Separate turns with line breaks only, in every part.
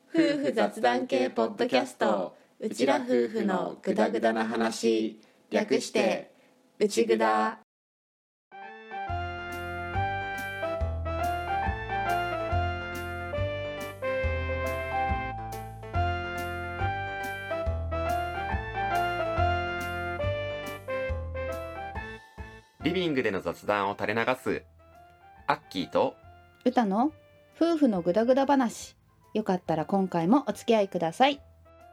夫婦雑談系ポッドキャスト、うちら夫婦のグダグダな話、略してうちぐだ。
リビングでの雑談を垂れ流すアッキーと
歌の夫婦のグダグダ話。よかったら今回もお付き合いください。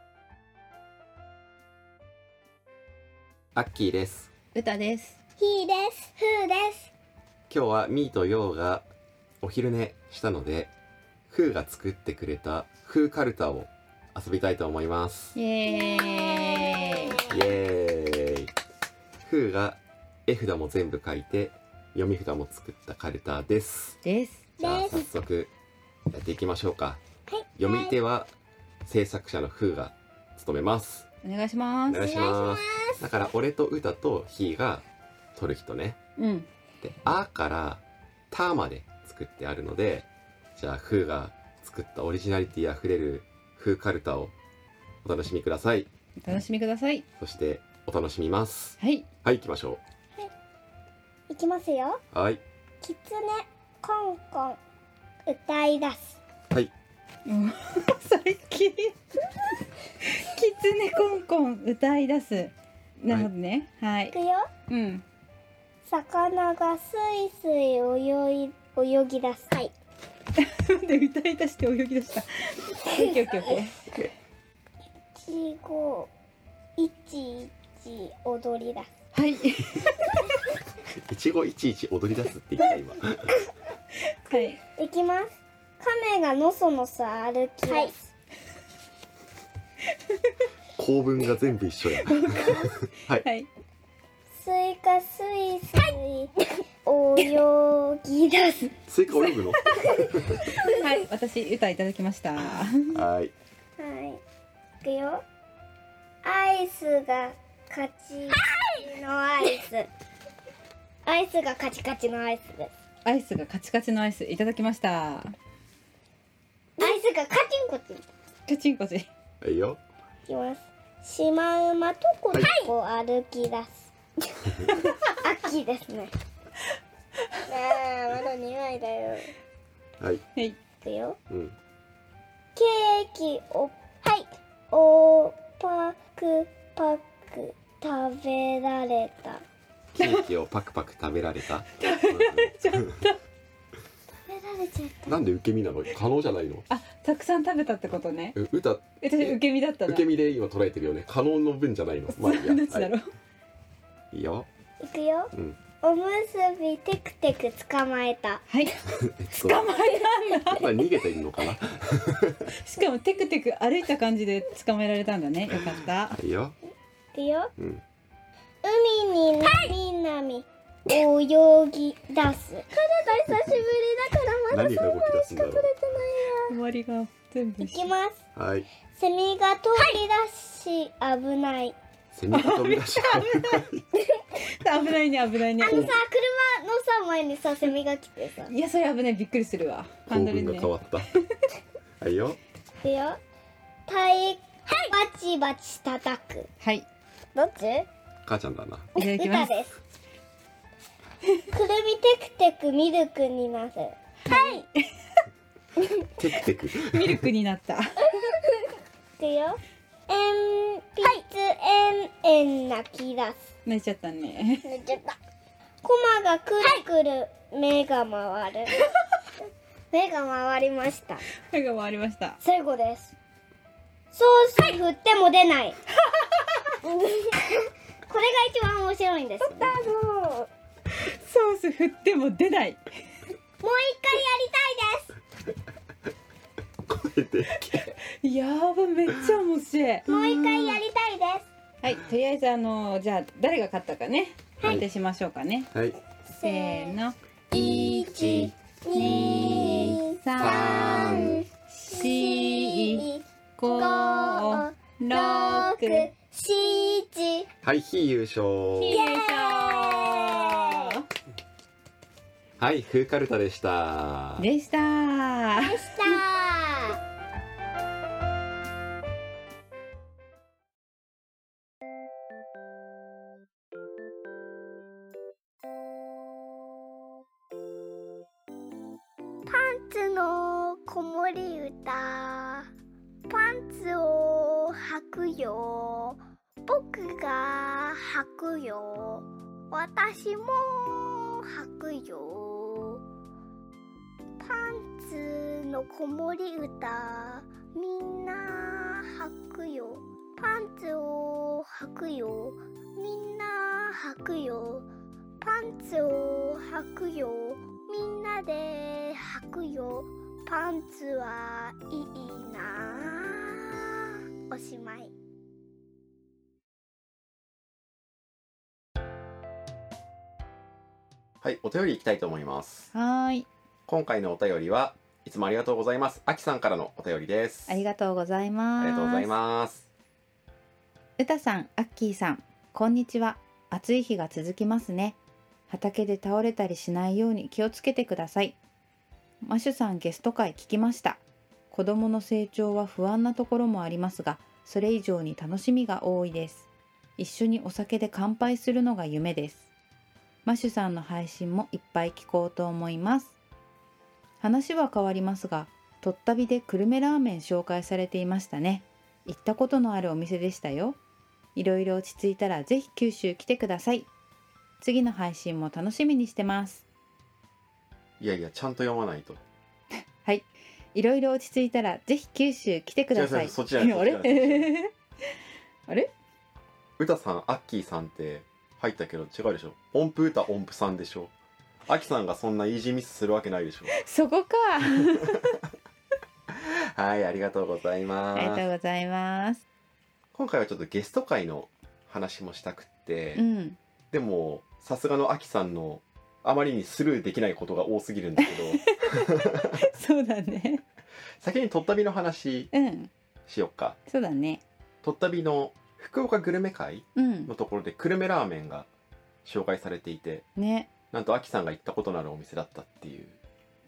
アッキーです。
歌です。
ひーです。ふーです。
今日はミーとヨーがお昼寝したので、フーが作ってくれたフーカルタを遊びたいと思います。
イエーイ。
イエーイ。フーが絵札も全部書いて読み札も作ったカルタです。
です。
じゃあ早速やっていきましょうか。
はい。
読み手は制作者のフーが務めます。
お願いします。
お願いします。だから俺と歌とヒーが取る人ね。
うん。
で、あからたまで作ってあるので、じゃあフーが作ったオリジナリティあふれるフーカルタをお楽しみください。
お楽しみください。
そしてお楽しみます。
はい。
はい、行きましょ
いきますよ。
う。はい。
きつねコンコン歌い出す。
はい。
最近きつねコンコン歌い出す。なるほどね。はい
いく。よ。
うん。
魚がスイスイ泳ぎ出す。はい。
で歌い出して泳ぎ出した。オッケーオッケーオッケー。
いちごいちいち踊り出す。
はい。
いちごいちいち踊り出すって言った今。
はい。
いきます。亀がのそのそ歩き出す。はい。
構文が全部一緒や。はい。
はい。
スイカスイスイ泳ぎ出す。
スイカ泳ぐの？
はい。私歌いただきました。
はい。
はい。いくよ。アイスがカチカチのアイス。アイスがカチカチのアイスです。
アイスがカチカチのアイスいただきました。
アイスがカチンコチン。
カチンコチン。
はいよ。
いきます。シマウマとコトコ歩き出す。秋ですね。まだ2枚だよ。
はい。
はい。
いくよ。
うん。
ケーキをおパクパク食べられた。
ケーキをパクパク食べられた。
食べられちゃった。
なんで受け身なの？可能じゃないの？
あ、たくさん食べたってことね。
歌
私受け身だったな。
受け身で今捉えてるよね。可能の分じゃないの。まあいいや。
どっちだろう。
いいよ。
いくよ。
うん。
おむすびテクテク捕まえた。
はい。捕まえたんだ。
まあ逃げているのかな。
しかもテクテク歩いた感じで捕まえられたんだね。よかった。
いいよ。
いくよ。
うん。
海になみなみ泳ぎ出す。体が久しぶりだからまだ
何が動き出すんだろう。
終わりが全部
いきます。
はい。
セミが飛び出し危ない。
セミが飛び出し
危ないね危ないね。
車のさ前にさセミが来てさ。
いやそれ危ない、びっくりするわ。ハ
構
ンドルね
文が変。わった。はいよ。
いくよ。タイバチバチ叩く。
はい。
どっち？
母ちゃんだな。
いただきます。
歌です。くるみテクテクミルクになる。はい。
テクテク。
ミルクになった。
いくよ。鉛筆えん泣き出す。
泣いちゃったね。
寝ちゃった。コマがくるくる目が回る。目が回りました。
目が回りました。
最後です。ソース振っても出ない。これが一番面白いんです。もう
ソース振っても出ない。
一回やりたいです。
声で。
やば、めっちゃ面白い。
もう一回やりたいです。
はい、とりあえずじゃあ誰が勝ったかね、判定しましょうかね。
はい。
せーの。
1、
2、3、4、5、6、
7、
はい、非優勝。
優勝
はい、フーカルタでした。
でした。
でした。 ツの子守歌、パンツを履くよ、僕が履くよ、私も履くよ。パンツの子守歌、みんな履くよ、パンツを履くよ、みんな履くよ、パンツを履くよ、みんなで履くよ、パンツはいいな。おしまい。
はい、お便りいきたいと思います。
はーい、
今回のお便りはいつもありがとうございます。あきさんからのお便りです。
ありがとうございます。
ありがとうございます。
うたさん、あっきーさん、こんにちは。暑い日が続きますね。畑で倒れたりしないように気をつけてください。マシュさんゲスト会聞きました。子供の成長は不安なところもありますが、それ以上に楽しみが多いです。一緒にお酒で乾杯するのが夢です。マシュさんの配信もいっぱい聞こうと思います。話は変わりますが、とったびで久留米ラーメン紹介されていましたね。行ったことのあるお店でしたよ。いろいろ落ち着いたらぜひ九州来てください。次の配信も楽しみにしてます。
いやいや、ちゃんと読まないと。
はい。いろいろ落ち着いたらぜひ九州来てください。
そっちじゃない。
あれ
そっちじゃない
あれ
うたさん、アッキーさんって入ったけど違うでしょ。音符うた音符さんでしょ。あきさんがそんなイージーミスするわけないでしょ。
そこか
はい、ありがとうございます。
ありがとうございます。
今回はちょっとゲスト会の話もしたくって、
うん。
でもさすがのあきさんのあまりにスルーできないことが多すぎるんだけど
そうだね。
先にとったびの話
うん。
しよっか。
そうだね。
とったびの福岡グルメ会
うん。
のところで久留米ラーメンが紹介されていて、
ね。
なんとあきさんが行ったことのあるお店だったっていう。
うん。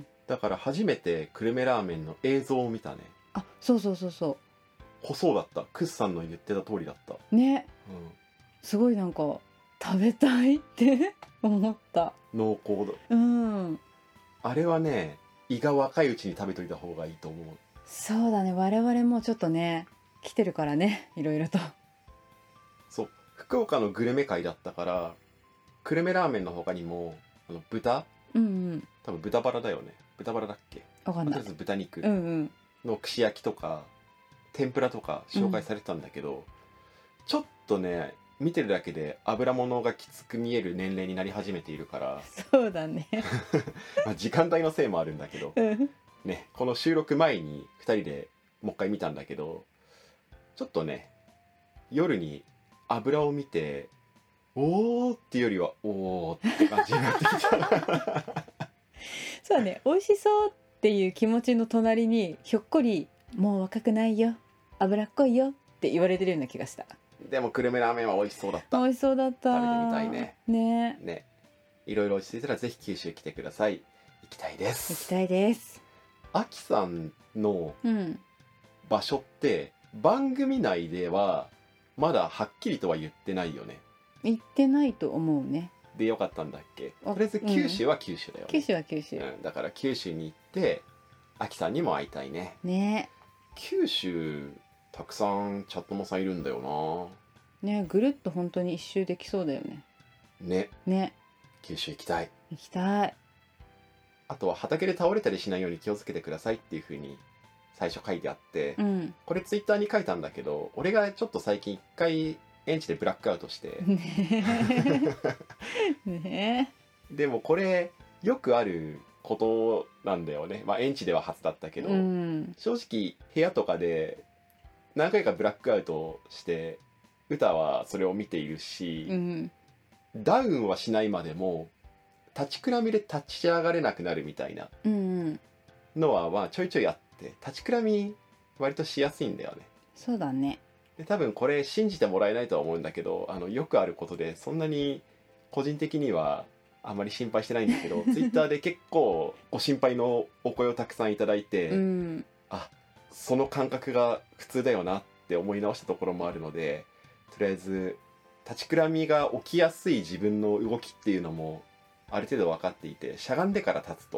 だから初めて久留米ラーメンの映像を見たね。
あ、そうそうそうそ
濃そうだった。クスさんの言ってた通りだった。
う。ね。
うん、
すごいなんか食べたいって思った。
濃厚だ。
うん。
あれはね、胃が若いうちに食べといた方がいいと思う。
そうだね。我々もちょっとね、来てるからね。いろいろと。
そう、福岡のグルメ会だったから久留米ラーメンの他にも豚、
うんうん。
多分豚バラだよね。豚バラだっけ。
わかんない
とりあえ。ず豚肉
うんうん。
の串焼きとか天ぷらとか紹介されてたんだけど、ちょっとね見てるだけで油物がきつく見える年齢になり始めているから
そうだね。
まあ時間帯のせいもあるんだけど
うん
ね、この収録前に2人でもう一回見たんだけど、ちょっとね夜に油を見ておーっていうよりはおーって感じになってきた
そうだね。美味しそうっていう気持ちの隣にひょっこりもう若くないよ、脂っこいよって言われてるような気がした。
でも久留米ラーメンは美味しそうだった
美味しそうだった。
食べてみたいね。
ね。
ね。いろいろ落ち着いたらぜひ九州来てください。行きたいで
行き
す。
たいです。
あきさんの
うん。
場所って番組内ではまだはっきりとは言ってないよね。
行ってないと思うね。
でよかったんだっけ。
あ
とりあえず九州は九州だよね。
九州は九州。
うん、だから九州に行ってあきさんにも会いたいね。
ね。
九州たくさんチャットモさんいるんだよ
ね、ぐるっと本当に一周できそうだよね。
な。ね。
ね。
九州行きたい。
行きたい。
あとは畑で倒れたりしないように気をつけてくださいっていう風に最初書いてあって、
うん。
これツイッターに書いたんだけど、俺がちょっと最近一回園地でブラックアウトして
ねね
でもこれよくあることなんだよね。まあ園地では初だったけど、
うん
正直部屋とかで何回かブラックアウトして歌はそれを見ているし、
うん
ダウンはしないまでも立ちくらみで立ち上がれなくなるみたいな
うん
のはまあちょいちょいあって、立ちくらみ割としやすいんだよね。
そうだね。
で多分これ信じてもらえないとは思うんだけど、よくあることでそんなに個人的にはあまり心配してないんだけどツイッターで結構ご心配のお声をたくさんいただいて、
うん
あ、その感覚が普通だよなって思い直したところもあるので、とりあえず立ちくらみが起きやすい自分の動きっていうのもある程度分かっていて、しゃがんでから立つと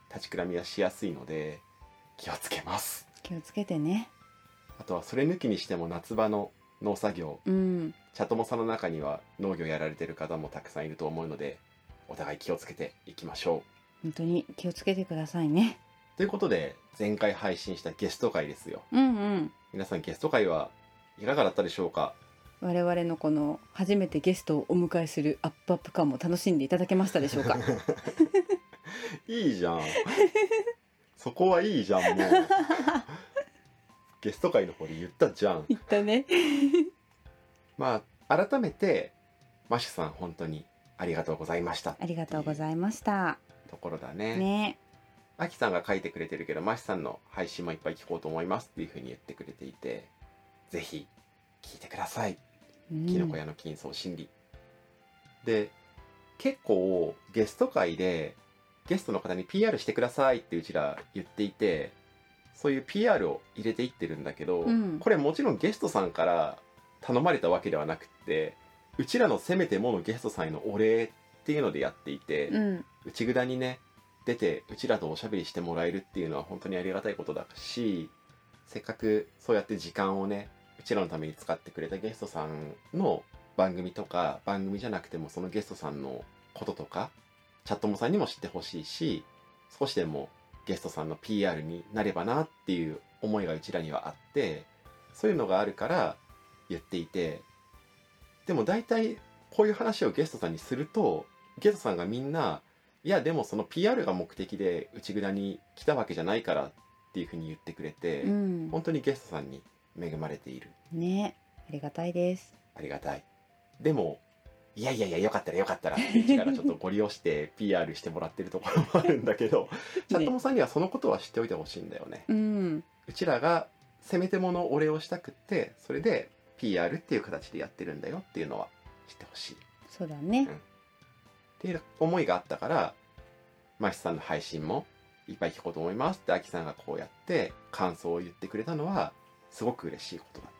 立ちくらみはしやすいので気をつけます。
気をつけてね。
あとはそれ抜きにしても夏場の農作業、チャトモさんの中には農業やられてる方もたくさんいると思うので、お互い気をつけていきましょう。
本当に気をつけてくださいね。
ということで前回配信したゲスト会ですよ。皆さんゲスト会はいかがだったでしょうか。
我々のこの初めてゲストをお迎えするアップアップ感も楽しんでいただけましたでしょうか。
いいじゃん。そこはいいじゃん。もうゲスト会の方で言ったじゃん。
言ったね。
まあ改めてマシュさん本当にありがとうございました。
ありがとうございました。
ところだね。
ね。
アキさんが書いてくれてるけど、マシュさんの配信もいっぱい聞こうと思いますっていう風に言ってくれていて、ぜひ聞いてください。キノコ屋の金層心理。で、結構ゲスト会でゲストの方に PR してくださいってうちら言っていて、そういう PR を入れていってるんだけど、これもちろんゲストさんから頼まれたわけではなくって、うちらのせめてものゲストさんへのお礼っていうのでやっていて、内蔵にね出てうちらとおしゃべりしてもらえるっていうのは本当にありがたいことだし、せっかくそうやって時間をねうちらのために使ってくれたゲストさんの番組とか、番組じゃなくてもそのゲストさんのこととかチャットモさんにも知ってほしいし、少しでもゲストさんの PR になればなっていう思いがうちらにはあって、そういうのがあるから言っていて、でも大体こういう話をゲストさんにすると、ゲストさんがみんな、いやでもその PR が目的で内蔵に来たわけじゃないからっていうふうに言ってくれて、本当にゲストさんに恵まれている
ね。ありがたいです。
ありがたい。でもいやよかったらってうちからちょっとご利用して PR してもらってるところもあるんだけど、チャットモさんにはそのことは知っておいてほしいんだよね。うちらがせめてものお礼をしたくって、それで PR っていう形でやってるんだよっていうのは知ってほしい。
そうだね。
っていう思いがあったから、マシさんの配信もいっぱい聞こうと思いますってアキさんがこうやって感想を言ってくれたのはすごく嬉しいことだった。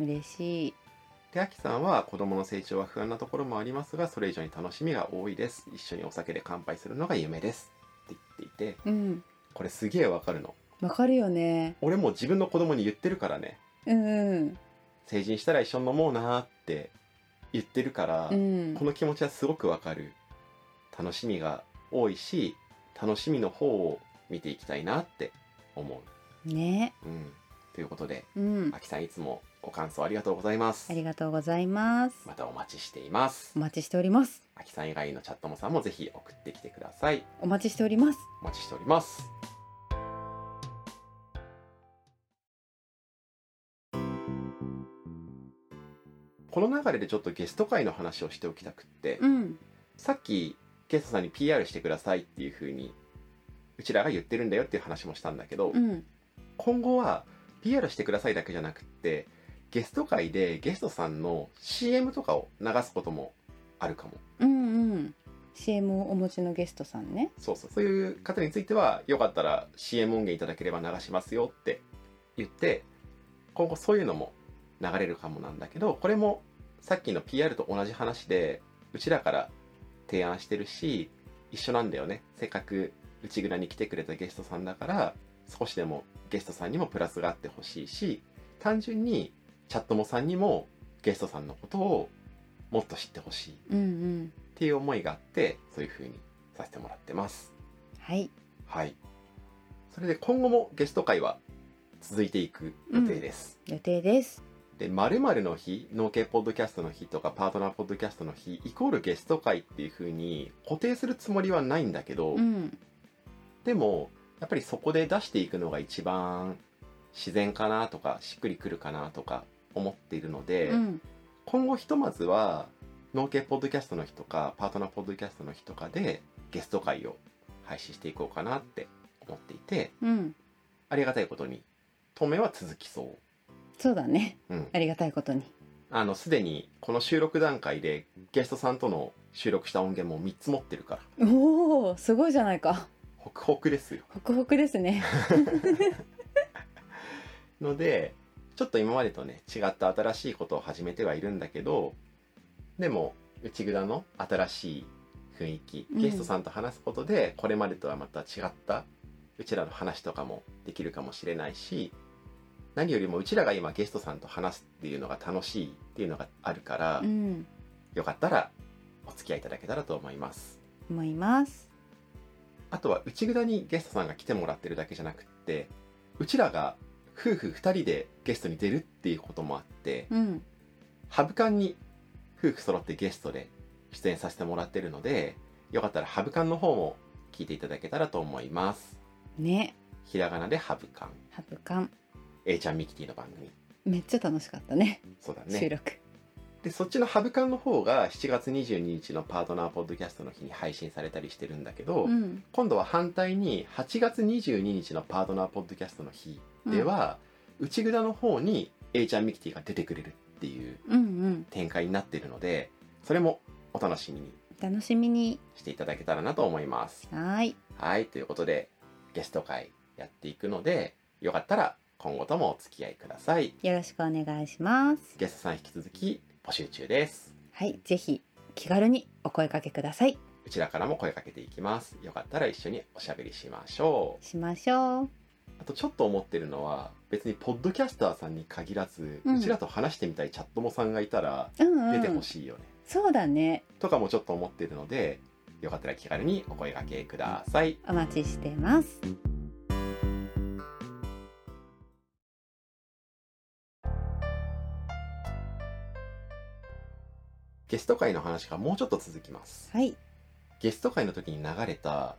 嬉しい。
で、アキさんは子供の成長は不安なところもありますが、それ以上に楽しみが多いです。一緒にお酒で乾杯するのが夢ですって言っていて、これすげえわかるの。
わかるよね。
俺も自分の子供に言ってるからね。成人したら一緒に飲もうなって言ってるから、この気持ちはすごくわかる。楽しみが多いし、楽しみの方を見ていきたいなって思う。
ね。
ということで、アキさんいつもご感想ありがとうございます。
ありがとうございます。
またお待ちしています。
お待ちしております。
アキさん以外のチャットモさんもぜひ送ってきてください。
お待ちしております。
お待ちしております。この流れでちょっとゲスト会の話をしておきたくって、さっきゲストさんに PR してくださいっていう風にうちらが言ってるんだよっていう話もしたんだけど、今後は PR してくださいだけじゃなくって、ゲスト会でゲストさんの CM とかを流すこともあるかも。
CM をお持ちのゲストさんね。
そういう方についてはよかったら CM 音源いただければ流しますよって言って、今後そういうのも流れるかもなんだけど、これもさっきの PR と同じ話でうちらから提案してるし、一緒なんだよね。せっかく内蔵に来てくれたゲストさんだから、少しでもゲストさんにもプラスがあってほしいし、単純にチャットモさんにもゲストさんのことをもっと知ってほしいっていう思いがあって、そういう風にさせてもらってます。
はい。
それで今後もゲスト会は続いていく予定です。
予定です。
で、〇〇の日、農系ポッドキャストの日とかパートナーポッドキャストの日イコールゲスト会っていう風に固定するつもりはないんだけど、でもやっぱりそこで出していくのが一番自然かなとかしっくりくるかなとか思っているので、今後ひとまずは農系ポッドキャストの日とかパートナーポッドキャストの日とかでゲスト会を配信していこうかなって思っていて、ありがたいことに当面は続きそう。
そうだね、ありがたいことに
すでにこの収録段階でゲストさんとの収録した音源も3つ持ってるから。
おお、すごいじゃないか。
ホクホクですよ。
ホクホクですね。
のでちょっと今までとね違った新しいことを始めてはいるんだけど、でも内蔵の新しい雰囲気、
うん
ゲストさんと話すことでこれまでとはまた違ったうちらの話とかもできるかもしれないし、何よりもうちらが今ゲストさんと話すっていうのが楽しいっていうのがあるから、
うん
よかったらお付き合いいただけたらと思います。
思います。
あとは内蔵にゲストさんが来てもらってるだけじゃなくって、うちらが夫婦2人でゲストに出るっていうこともあって、
うん
ハブカンに夫婦揃ってゲストで出演させてもらってるので、よかったらハブカンの方も聞いていただけたらと思います。
ね、
ひらがなでハブカン、
ハブカン
A ちゃんミキティの番組。
めっちゃ楽しかったね、
そうだね。
収録。
でそっちのハブカンの方が7月22日のパートナーポッドキャストの日に配信されたりしてるんだけど、
うん
今度は反対に8月22日のパートナーポッドキャストの日では、内蔵の方に A ちゃんミキティが出てくれるっていう
うん
展開になっているので、それもお楽しみに
楽しみに。
していただけたらなと思います。
はい
はい、ということでゲスト会やっていくので、よかったら今後ともお付き合いください。
よろしくお願いします。
ゲストさん引き続き募集中です。
はい、ぜひ気軽にお声かけください。
うちらからも声かけていきます。よかったら一緒におしゃべりしましょう。
しましょう。
あとちょっと思ってるのは、別にポッドキャスターさんに限らず、
うん
うちらと話してみたいチャットモさんがいたら
うん
出て
うん、
ほしいよね、
そうだね。
とかもちょっと思ってるので、よかったら気軽にお声掛けください。
お待ちしてます。
ゲスト会の話がもうちょっと続きます。
はい、
ゲスト会の時に流れた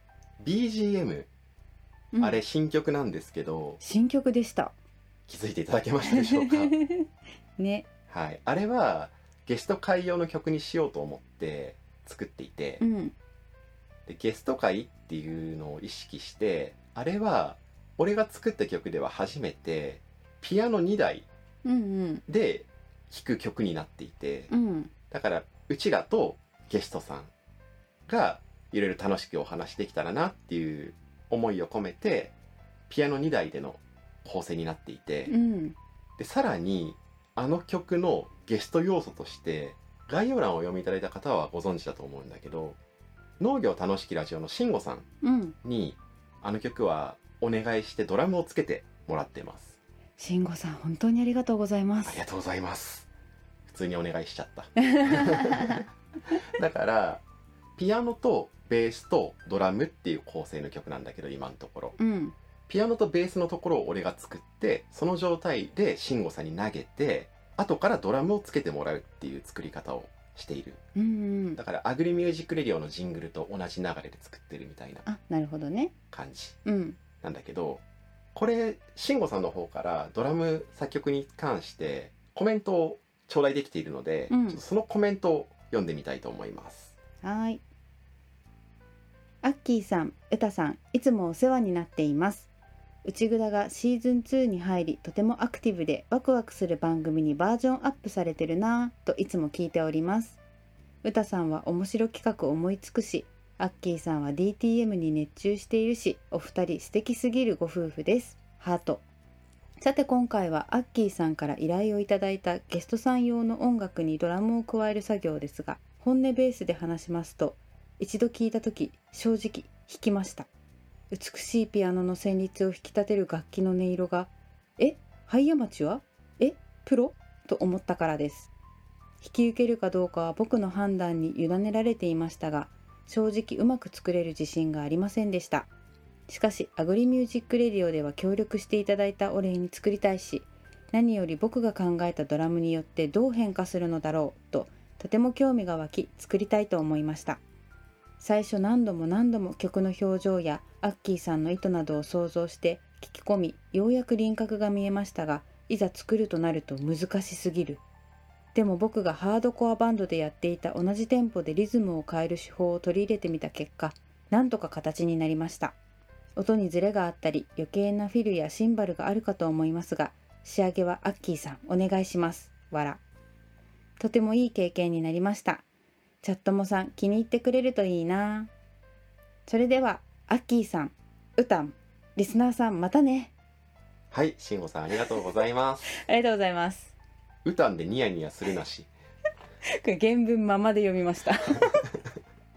BGM、
うん
あれ新曲なんですけど、
新曲でした
気づいていただけましたでしょうか
ね。
はい、あれはゲスト会用の曲にしようと思って作っていて、
うん
でゲスト会っていうのを意識して、あれは俺が作った曲では初めてピアノ2台
うん
で弾く曲になっていて、
うん
だからうちらとゲストさんがいろいろ楽しくお話できたらなっていう思いを込めてピアノ2台での構成になっていて、
うん
でさらにあの曲のゲスト要素として概要欄をお読みいただいた方はご存知だと思うんだけど、農業楽しきラジオの慎吾さん
うん
にあの曲はお願いしてドラムをつけてもらってます。
慎吾さん本当にありがとうございます
ありがとうございます。普通にお願いしちゃっただからピアノとベースとドラムっていう構成の曲なんだけど、今のところ
うん
ピアノとベースのところを俺が作って、その状態で慎吾さんに投げて、後からドラムをつけてもらうっていう作り方をしている。
うんうん
だからアグリミュージックレディオのジングルと同じ流れで作ってるみたいな
あ、なるほどね。
感じ
うん
なんだけど、これ慎吾さんの方からドラム作曲に関してコメントを頂戴できているので、
うん
ちょっとそのコメントを読んでみたいと思います。
はい。アッキーさん、うたさん、いつもお世話になっています。内蔵がシーズン2に入り、とてもアクティブでワクワクする番組にバージョンアップされてるなぁといつも聞いております。うたさんは面白企画を思いつくし、アッキーさんは DTM に熱中しているし、お二人素敵すぎるご夫婦です。ハート。さて今回はアッキーさんから依頼をいただいたゲストさん用の音楽にドラムを加える作業ですが、本音ベースで話しますと、一度聞いた時正直弾きました。美しいピアノの旋律を引き立てる楽器の音色がハイアマチュアプロと思ったからです。引き受けるかどうかは僕の判断に委ねられていましたが、正直うまく作れる自信がありませんでした。しかしアグリミュージックレディオでは協力していただいたお礼に作りたいし、何より僕が考えたドラムによってどう変化するのだろうととても興味が湧き作りたいと思いました。最初何度も何度も曲の表情やアッキーさんの意図などを想像して聞き込み、ようやく輪郭が見えましたが、いざ作るとなると難しすぎる。でも僕がハードコアバンドでやっていた同じテンポでリズムを変える手法を取り入れてみた結果、なんとか形になりました。音にズレがあったり余計なフィルやシンバルがあるかと思いますが、仕上げはアッキーさんお願いします。わら。とてもいい経験になりました。チャットモさん気に入ってくれるといいな。それではアッキーさん、うたん、リスナーさんまたね。
はい、慎吾さんありがとうございます
ありがとうございます。
うたんでニヤニヤするなし
これ原文ままで読みました。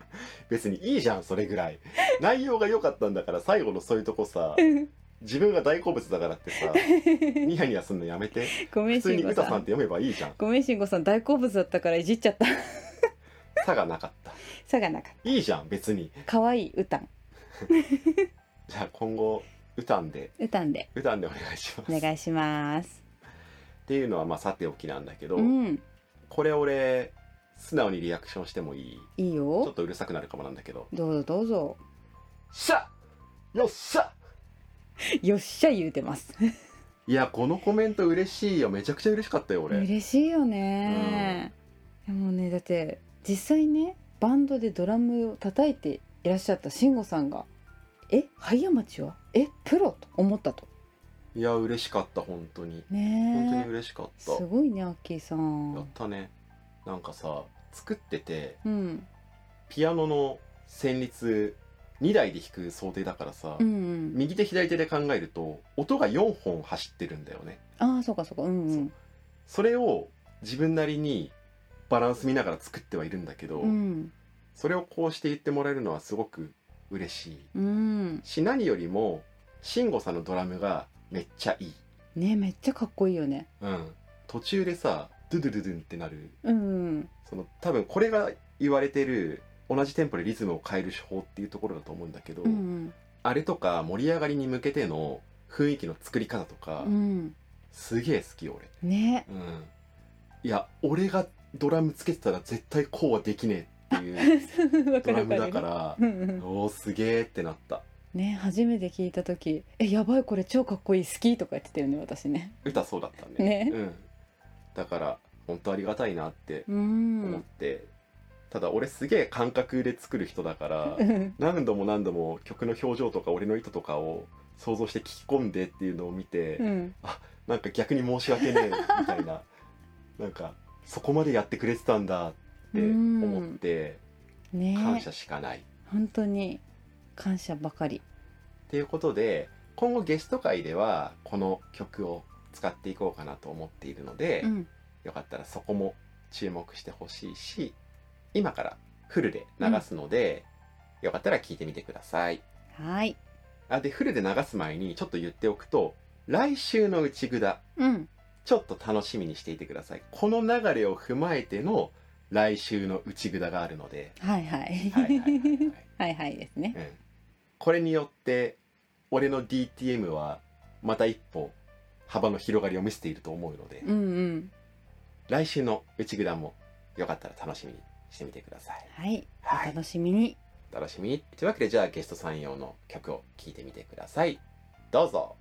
別にいいじゃんそれぐらい。内容が良かったんだから最後のそういうとこさ、自分が大好物だからってさニヤニヤすんのやめて。
ごめん
普通に
慎吾さん。
歌さんって読めばいいじゃん。
ごめん慎吾さん、大好物だったからいじっちゃった。
差がなかった。
差がなかっ
いいじゃん別に。
た。可愛い歌ん。
じゃあ今後歌んで
歌んで
お願いします。
お願いします。
っていうのはまあさておきなんだけど、
うん、
これ俺素直にリアクションしてもいい？
いい
ちょっ
よ。
とうるさくなるかもなんだけど、
どうぞどうぞ。
しゃよっしゃ。
よっしゃ言うてます。
いやこのコメント嬉しいよ。めちゃくちゃ嬉しかったよ俺。
嬉しいよね、でもね、だって実際ねバンドでドラムを叩いていらっしゃった慎吾さんが早町はプロと思ったと。
いや嬉しかった本当に。本当に
ね
嬉しかっ
え、
た。
すごいねアッキーさ
やっ
ん。
たね。なんかさ作ってて
うん
ピアノの旋律2台で弾く想定だからさ、
うんうん、
右手左手で考えると音が4本走ってるんだよね。
ああそうかそうか、うんうん
それを自分なりにバランス見ながら作ってはいるんだけど、
うん
それをこうして言ってもらえるのはすごく嬉しい
うん
し、何よりも慎吾さんのドラムがめっちゃいい。
ね、めっちゃかっこいいよね。
途中でさドゥドゥドゥドゥンってなる、
うん
その多分これが言われてる同じテンポでリズムを変える手法っていうところだと思うんだけど、
うん
あれとか盛り上がりに向けての雰囲気の作り方とか、
うん
すげえ好き俺。
ね、
いや俺がドラムつけてたら絶対こうはできねえっていう
わか
ドラムだ
るわかる。
から
うんうん
おーすげえってなった。
ね、初めて聞いた時やばいこれ超かっこいい好きとか言ってたよね私ね。
歌そうだったね。
ね
だから本当ありがたいなって
う
思っ
ん
て、ただ俺すげえ感覚で作る人だから何度も何度も曲の表情とか俺の意図とかを想像して聞き込んでっていうのを見て、
うん
なんか逆に申し訳ねえみたいななんかそこまでやってくれてたんだって思って
ね、
感謝しかない、
本当に感謝ばかり。
っていうことで今後ゲスト会ではこの曲を使っていこうかなと思っているので、
うん
よかったらそこも注目してほしいし、今からフルで流すので、よかったら聞いてみてください。
はい
でフルで流す前にちょっと言っておくと、来週の内ぐだ
うん
ちょっと楽しみにしていてください。この流れを踏まえての来週の内ぐだがあるので、
はいはい
はいはいはいはい
はいはいですね。
これによって俺の DTM はまた一歩幅の広がりを見せていると思うので、
うんうん
来週の内ぐだもよかったら楽しみにしてみてください。
はい、
はい
お楽しみに。
お楽しみに。というわけでじゃあゲストさん用の曲を聴いてみてください。どうぞ。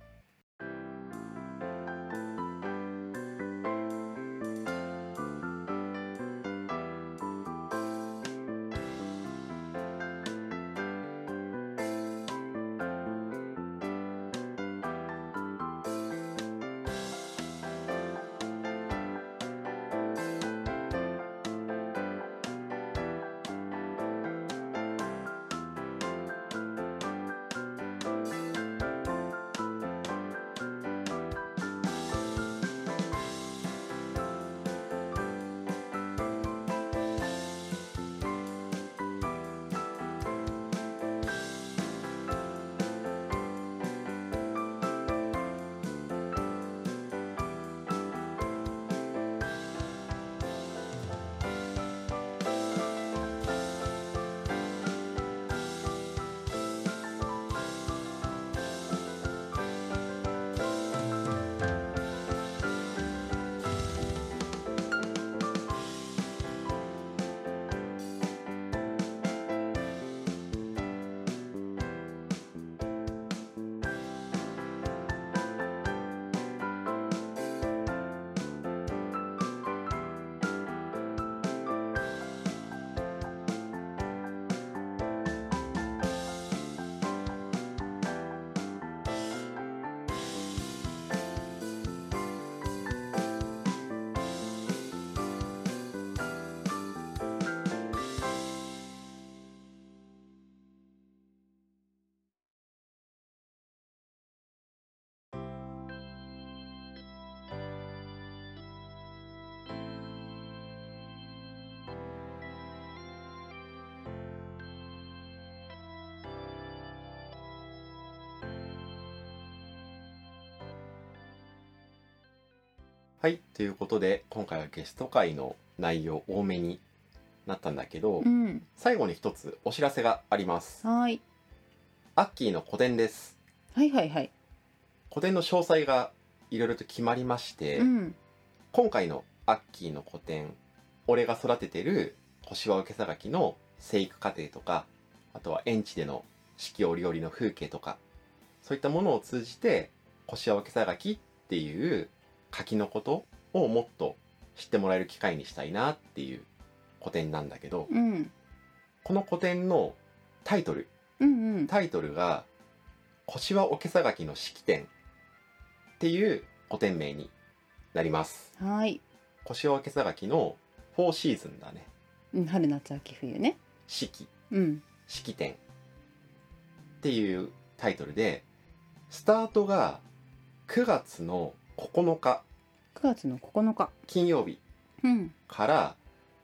はい、ということで今回はゲスト会の内容多めになったんだけど、
うん。
最後に一つお知らせがあります。
はい。
アッキーの個展です。
はいはいはい。
個展の詳細がいろいろと決まりまして、
うん。
今回のアッキーの個展、俺が育ててる腰は受けさがきの生育過程とか、あとは園地での四季折々の風景とか、そういったものを通じて腰は受けさがきっていう柿のことをもっと知ってもらえる機会にしたいなっていう個展なんだけど、
うん。
この個展のタイトルが腰は桶さがきの式典っていう個展名になります。
はい。
腰は桶さがきの4シーズンだね。
うん、春夏秋冬ね。
式
うん。
典っていうタイトルで、スタートが9月の9日
9月の9日。
金曜日
うん。
から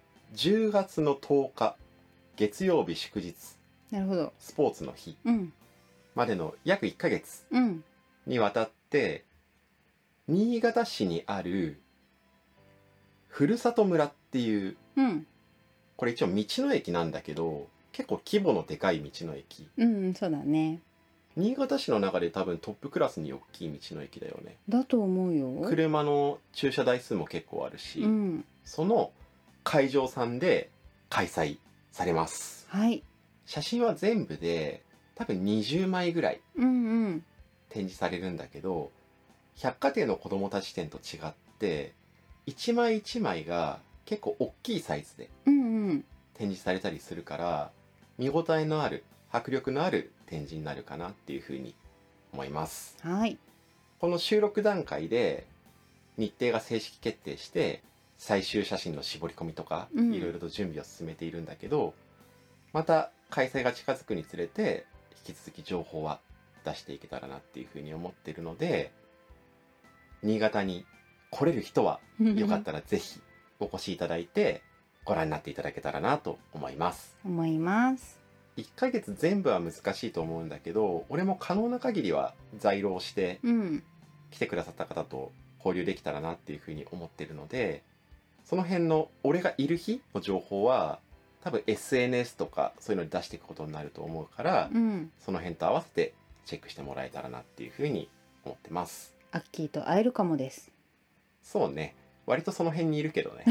10月の10日月曜日祝日
なるほど。
スポーツの日
うん。
までの約1ヶ月
うん。
にわたって、新潟市にあるふるさと村っていう、
うん。
これ一応道の駅なんだけど結構規模のでかい道の駅、
うん、そうだね。
新潟市の中で多分トップクラスに大きい道の駅だよね。
だと思うよ。
車の駐車台数も結構あるし、
うん。
その会場さんで開催されます。
はい。
写真は全部で多分20枚ぐらい
うんうん。
展示されるんだけど、百貨店の子どもたち展と違って一枚一枚が結構大きいサイズで
うんうん。
展示されたりするから、見応えのある迫力のある展示になるかなっていうふうに思います。
はい。
この収録段階で日程が正式決定して最終写真の絞り込みとか
うん
いろいろと準備を進めているんだけど、また開催が近づくにつれて引き続き情報は出していけたらなっていうふうに思っているので、新潟に来れる人はよかったらぜひお越しいただいてご覧になっていただけたらなと思います。
思います。
1ヶ月全部は難しいと思うんだけど、俺も可能な限りは在廊して
うん。
来てくださった方と交流できたらなっていうふうに思ってるので、その辺の俺がいる日の情報は多分 SNS とかそういうのに出していくことになると思うから、
うん。
その辺と合わせてチェックしてもらえたらなっていうふうに思ってます。
アッキーと会えるかもです。
そうね、割とその辺にいるけどね、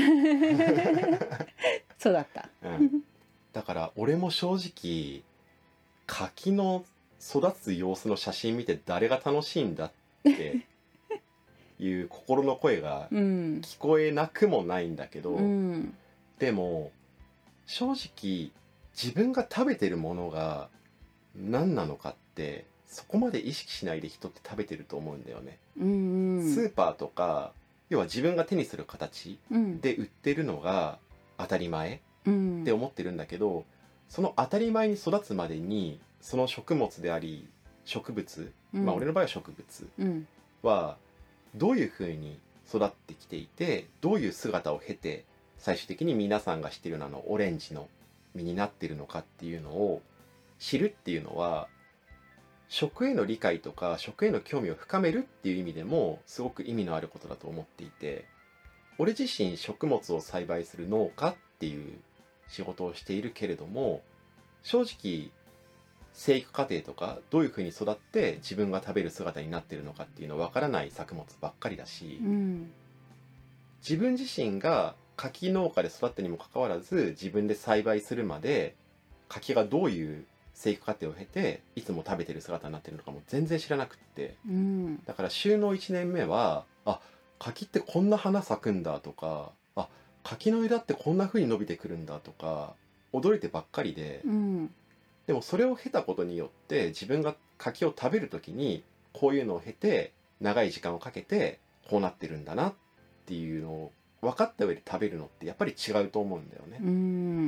そうだった。
うん、だから俺も正直柿の育つ様子の写真見て誰が楽しいんだっていう心の声が
うん。
聞こえなくもないんだけど、
うん。
でも正直自分が食べてるものが何なのかってそこまで意識しないで人って食べてると思うんだよね。
うんうん。
スーパーとか要は自分が手にする形
うん。
で売ってるのが当たり前
うん。
って思ってるんだけど、その当たり前に育つまでにその食物であり植物、まあ俺の場合は植物
うん。
はどういうふうに育ってきていて、どういう姿を経て最終的に皆さんが知っているようなオレンジの実になっているのかっていうのを知るっていうのは、食への理解とか食への興味を深めるっていう意味でもすごく意味のあることだと思っていて、俺自身食物を栽培する農家っていう仕事をしているけれども、正直生育過程とかどういうふうに育って自分が食べる姿になっているのかっていうのわからない作物ばっかりだし、
うん。
自分自身が柿農家で育ったにもかかわらず自分で栽培するまで柿がどういう生育過程を経ていつも食べてる姿になってるのかも全然知らなくって、
うん。
だから就農1年目は柿ってこんな花咲くんだとか、柿の枝ってこんな風に伸びてくるんだとか驚いてばっかりで、
うん。
でもそれを経たことによって自分が柿を食べる時にこういうのを経て長い時間をかけてこうなってるんだなっていうのを分かった上で食べるのってやっぱり違うと思うんだよね。
うん。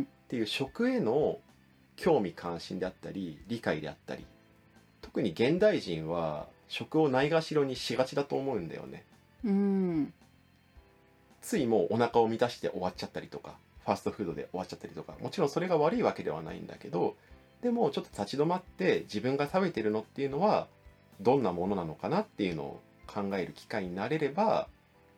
っていう食への興味関心であったり理解であったり、特に現代人は食をないがしろにしがちだと思うんだよね。
うん。
ついもうお腹を満たして終わっちゃったりとかファーストフードで終わっちゃったりとか、もちろんそれが悪いわけではないんだけど、でもちょっと立ち止まって自分が食べてるのっていうのはどんなものなのかなっていうのを考える機会になれれば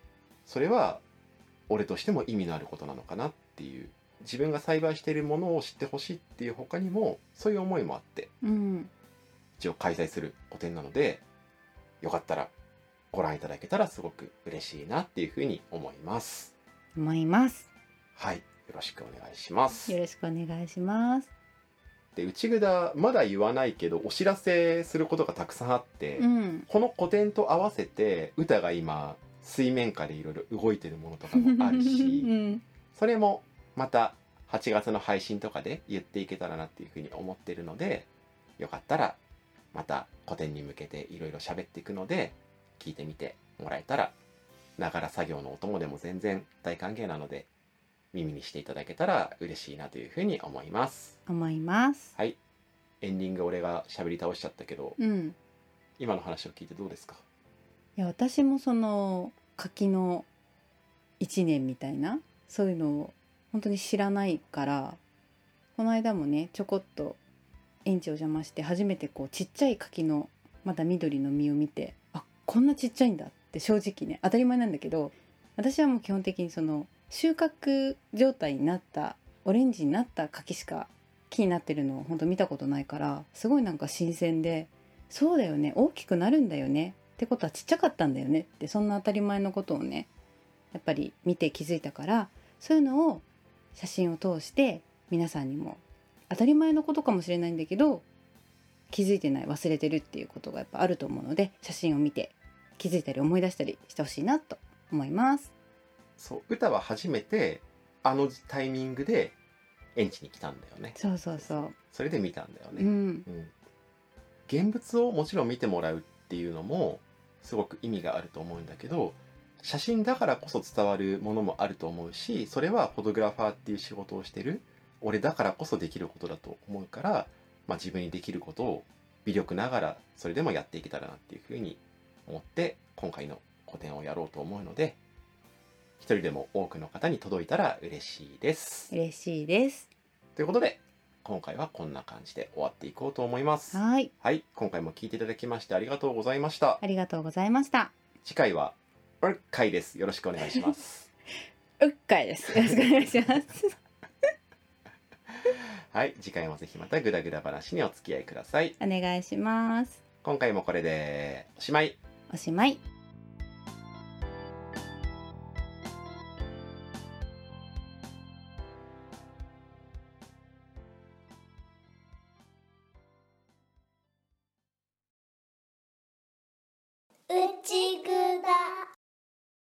それは俺としても意味のあることなのかなっていう、自分が栽培しているものを知ってほしいっていう他にもそういう思いもあって
うん
一応開催する個展なので、よかったらご覧いただけたらすごく嬉しいなっていうふうに思います。
思います。
はい、よろしくお願いします。
よろしくお願いします。
で、内札まだ言わないけどお知らせすることがたくさんあって、
うん
この個展と合わせて歌が今水面下でいろいろ動いてるものとかもあるし、
うん
それもまた8月の配信とかで言っていけたらなっていうふうに思ってるので、よかったらまた個展に向けていろいろ喋っていくので聞いてみてもらえたら、ながら作業のお供でも全然大歓迎なので耳にしていただけたら嬉しいなというふうに思います。
思います。
はい、エンディング俺が喋り倒しちゃったけど、
うん
今の話を聞いてどうですか？
いや私もその柿の1年みたいなそういうのを本当に知らないから、この間もねちょこっと園地を邪魔して初めてこうちっちゃい柿のまだ緑の実を見て、あこんなちっちゃいんだって正直ね当たり前なんだけど、私はもう基本的にその収穫状態になったオレンジになった柿しか木になってるのを本当見たことないから、すごいなんか新鮮で、そうだよね大きくなるんだよねってことはちっちゃかったんだよねって、そんな当たり前のことをねやっぱり見て気づいたから、そういうのを写真を通して皆さんにも当たり前のことかもしれないんだけど気づいてない忘れてるっていうことがやっぱあると思うので、写真を見て気づいたり思い出したりしてほしいなと思います。
そう、歌は初めてあのタイミングで園地に来たんだよね。
そうそうそう、
それで見たんだよね。
うん
現物をもちろん見てもらうっていうのもすごく意味があると思うんだけど、写真だからこそ伝わるものもあると思うし、それはフォトグラファーっていう仕事をしてる俺だからこそできることだと思うから、自分にできることを微力ながらそれでもやっていけたらなっていうふうに思って今回の個展をやろうと思うので、一人でも多くの方に届いたら嬉しいです。
嬉しいです。
ということで今回はこんな感じで終わっていこうと思います。
はい、
はい、今回も聞いていただきましてありがとうございました。
ありがとうございました。
次回は回です。よろしくお願いします。
うっかいです。よろしくお願いします。
はい、次回もぜひまたグダグダ話にお付き合いください。
お願いします。
今回もこれでおしまい。
おしまい。
うちぐ